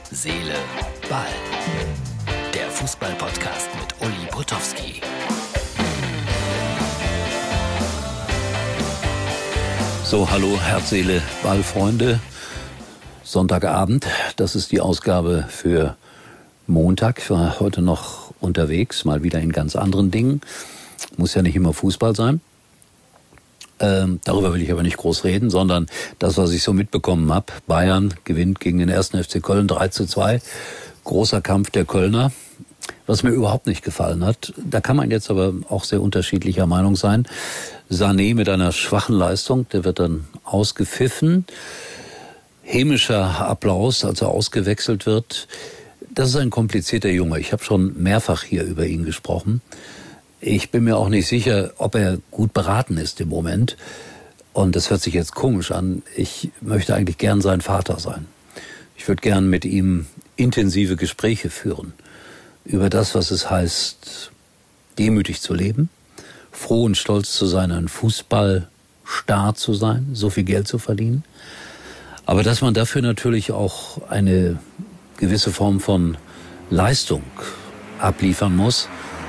Seele, Ball. Der Fußball-Podcast mit Uli Potowski. So, hallo Herz, Seele, Ball, Freunde. Sonntagabend, das ist die Ausgabe für Montag. Ich war heute noch unterwegs, mal wieder in ganz anderen Dingen. Muss ja nicht immer Fußball sein. Darüber will ich aber nicht groß reden, sondern das, was ich so mitbekommen habe. Bayern gewinnt gegen den 1. FC Köln 3:2. Großer Kampf der Kölner. Was mir überhaupt nicht gefallen hat, da kann man jetzt aber auch sehr unterschiedlicher Meinung sein. Sané mit einer schwachen Leistung, der wird dann ausgepfiffen. Hämischer Applaus, als er ausgewechselt wird. Das ist ein komplizierter Junge. Ich habe schon mehrfach hier über ihn gesprochen. Ich bin mir auch nicht sicher, ob er gut beraten ist im Moment. Und das hört sich jetzt komisch an. Ich möchte eigentlich gern sein Vater sein. Ich würde gern mit ihm intensive Gespräche führen über das, was es heißt, demütig zu leben, froh und stolz zu sein, ein Fußballstar zu sein, so viel Geld zu verdienen. Aber dass man dafür natürlich auch eine gewisse Form von Leistung abliefern muss.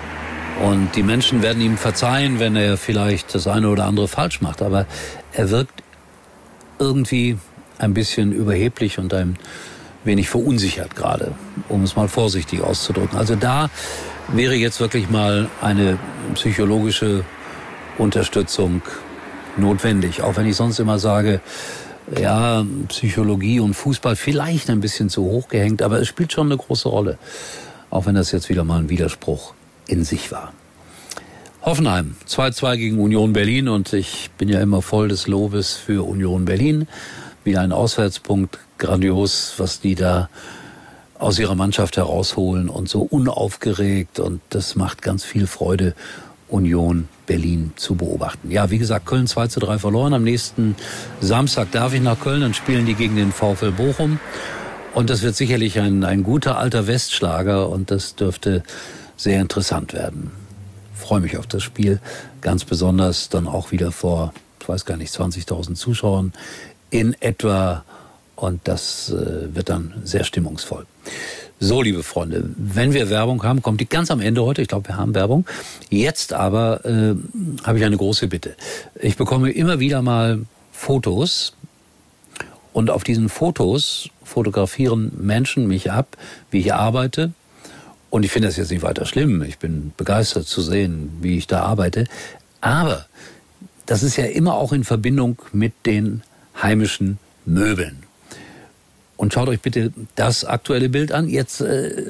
Und die Menschen werden ihm verzeihen, wenn er vielleicht das eine oder andere falsch macht. Aber er wirkt irgendwie ein bisschen überheblich und ein wenig verunsichert gerade, um es mal vorsichtig auszudrücken. Also da wäre jetzt wirklich mal eine psychologische Unterstützung notwendig. Auch wenn ich sonst immer sage, ja, Psychologie und Fußball vielleicht ein bisschen zu hoch gehängt, aber es spielt schon eine große Rolle. Auch wenn das jetzt wieder mal ein Widerspruch in sich war. Hoffenheim, 2:2 gegen Union Berlin und ich bin ja immer voll des Lobes für Union Berlin. Wieder ein Auswärtspunkt, grandios, was die da aus ihrer Mannschaft herausholen und so unaufgeregt und das macht ganz viel Freude, Union Berlin zu beobachten. Ja, wie gesagt, Köln 2:3 verloren. Am nächsten Samstag darf ich nach Köln, dann spielen die gegen den VfL Bochum und das wird sicherlich ein guter alter Westschlager und das dürfte sehr interessant werden. Ich freue mich auf das Spiel, ganz besonders dann auch wieder vor, ich weiß gar nicht, 20.000 Zuschauern in etwa und das wird dann sehr stimmungsvoll. So, liebe Freunde, wenn wir Werbung haben, kommt die ganz am Ende heute. Ich glaube, wir haben Werbung. Jetzt aber habe ich eine große Bitte. Ich bekomme immer wieder mal Fotos und auf diesen Fotos fotografieren Menschen mich ab, wie ich arbeite. Und ich finde das jetzt nicht weiter schlimm. Ich bin begeistert zu sehen, wie ich da arbeite. Aber das ist ja immer auch in Verbindung mit den heimischen Möbeln. Und schaut euch bitte das aktuelle Bild an. Jetzt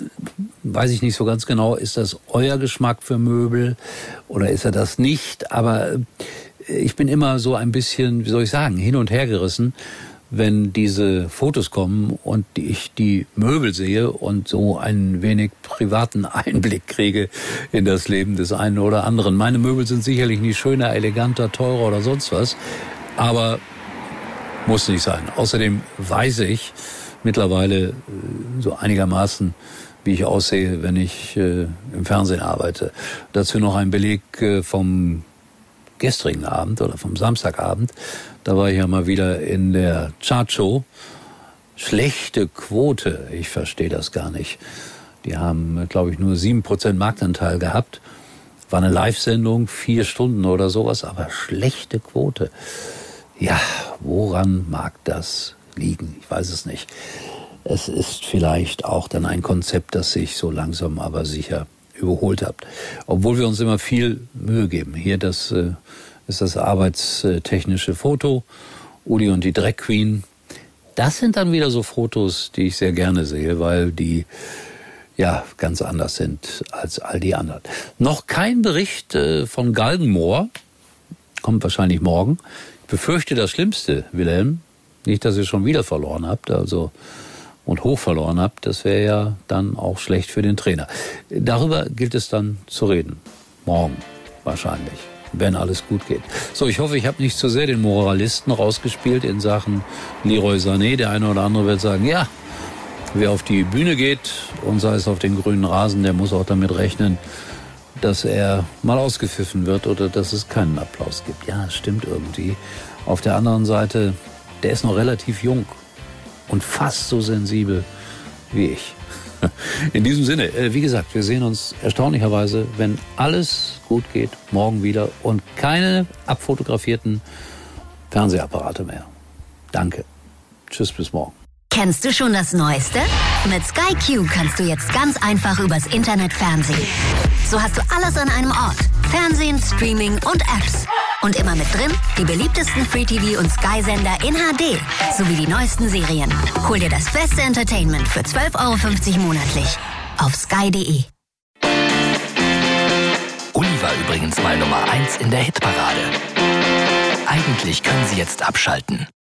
weiß ich nicht so ganz genau, ist das euer Geschmack für Möbel oder ist er das nicht? Aber ich bin immer so ein bisschen, wie soll ich sagen, hin und her gerissen, wenn diese Fotos kommen und ich die Möbel sehe und so einen wenig privaten Einblick kriege in das Leben des einen oder anderen. Meine Möbel sind sicherlich nicht schöner, eleganter, teurer oder sonst was, aber muss nicht sein. Außerdem weiß ich mittlerweile so einigermaßen, wie ich aussehe, wenn ich im Fernsehen arbeite. Dazu noch ein Beleg vom gestrigen Abend oder vom Samstagabend. Da war ich ja mal wieder in der Chartshow. Schlechte Quote, ich verstehe das gar nicht. Die haben, glaube ich, nur 7% Marktanteil gehabt. War eine Live-Sendung, 4 Stunden oder sowas, aber schlechte Quote. Ja, woran mag das liegen? Ich weiß es nicht. Es ist vielleicht auch dann ein Konzept, das sich so langsam aber sicher überholt hat. Obwohl wir uns immer viel Mühe geben. Hier das ist das arbeitstechnische Foto. Uli und die Drag Queen. Das sind dann wieder so Fotos, die ich sehr gerne sehe, weil die ja ganz anders sind als all die anderen. Noch kein Bericht von Galgenmoor. Kommt wahrscheinlich morgen. Ich befürchte das Schlimmste, Wilhelm. Nicht, dass ihr schon wieder verloren habt, also und hoch verloren habt. Das wäre ja dann auch schlecht für den Trainer. Darüber gilt es dann zu reden. Morgen wahrscheinlich, wenn alles gut geht. So, ich hoffe, ich habe nicht zu sehr den Moralisten rausgespielt in Sachen Leroy Sané. Der eine oder andere wird sagen, ja, wer auf die Bühne geht und sei es auf den grünen Rasen, der muss auch damit rechnen, dass er mal ausgepfiffen wird oder dass es keinen Applaus gibt. Ja, stimmt irgendwie. Auf der anderen Seite, der ist noch relativ jung und fast so sensibel wie ich. In diesem Sinne, wie gesagt, wir sehen uns erstaunlicherweise, wenn alles gut geht, morgen wieder und keine abfotografierten Fernsehapparate mehr. Danke. Tschüss, bis morgen. Kennst du schon das Neueste? Mit Sky Q kannst du jetzt ganz einfach übers Internet fernsehen. So hast du alles an einem Ort. Fernsehen, Streaming und Apps. Und immer mit drin die beliebtesten Free-TV- und Sky-Sender in HD. Sowie die neuesten Serien. Hol dir das beste Entertainment für 12,50 € monatlich. Auf sky.de. Uli war übrigens mal Nummer 1 in der Hitparade. Eigentlich können Sie jetzt abschalten.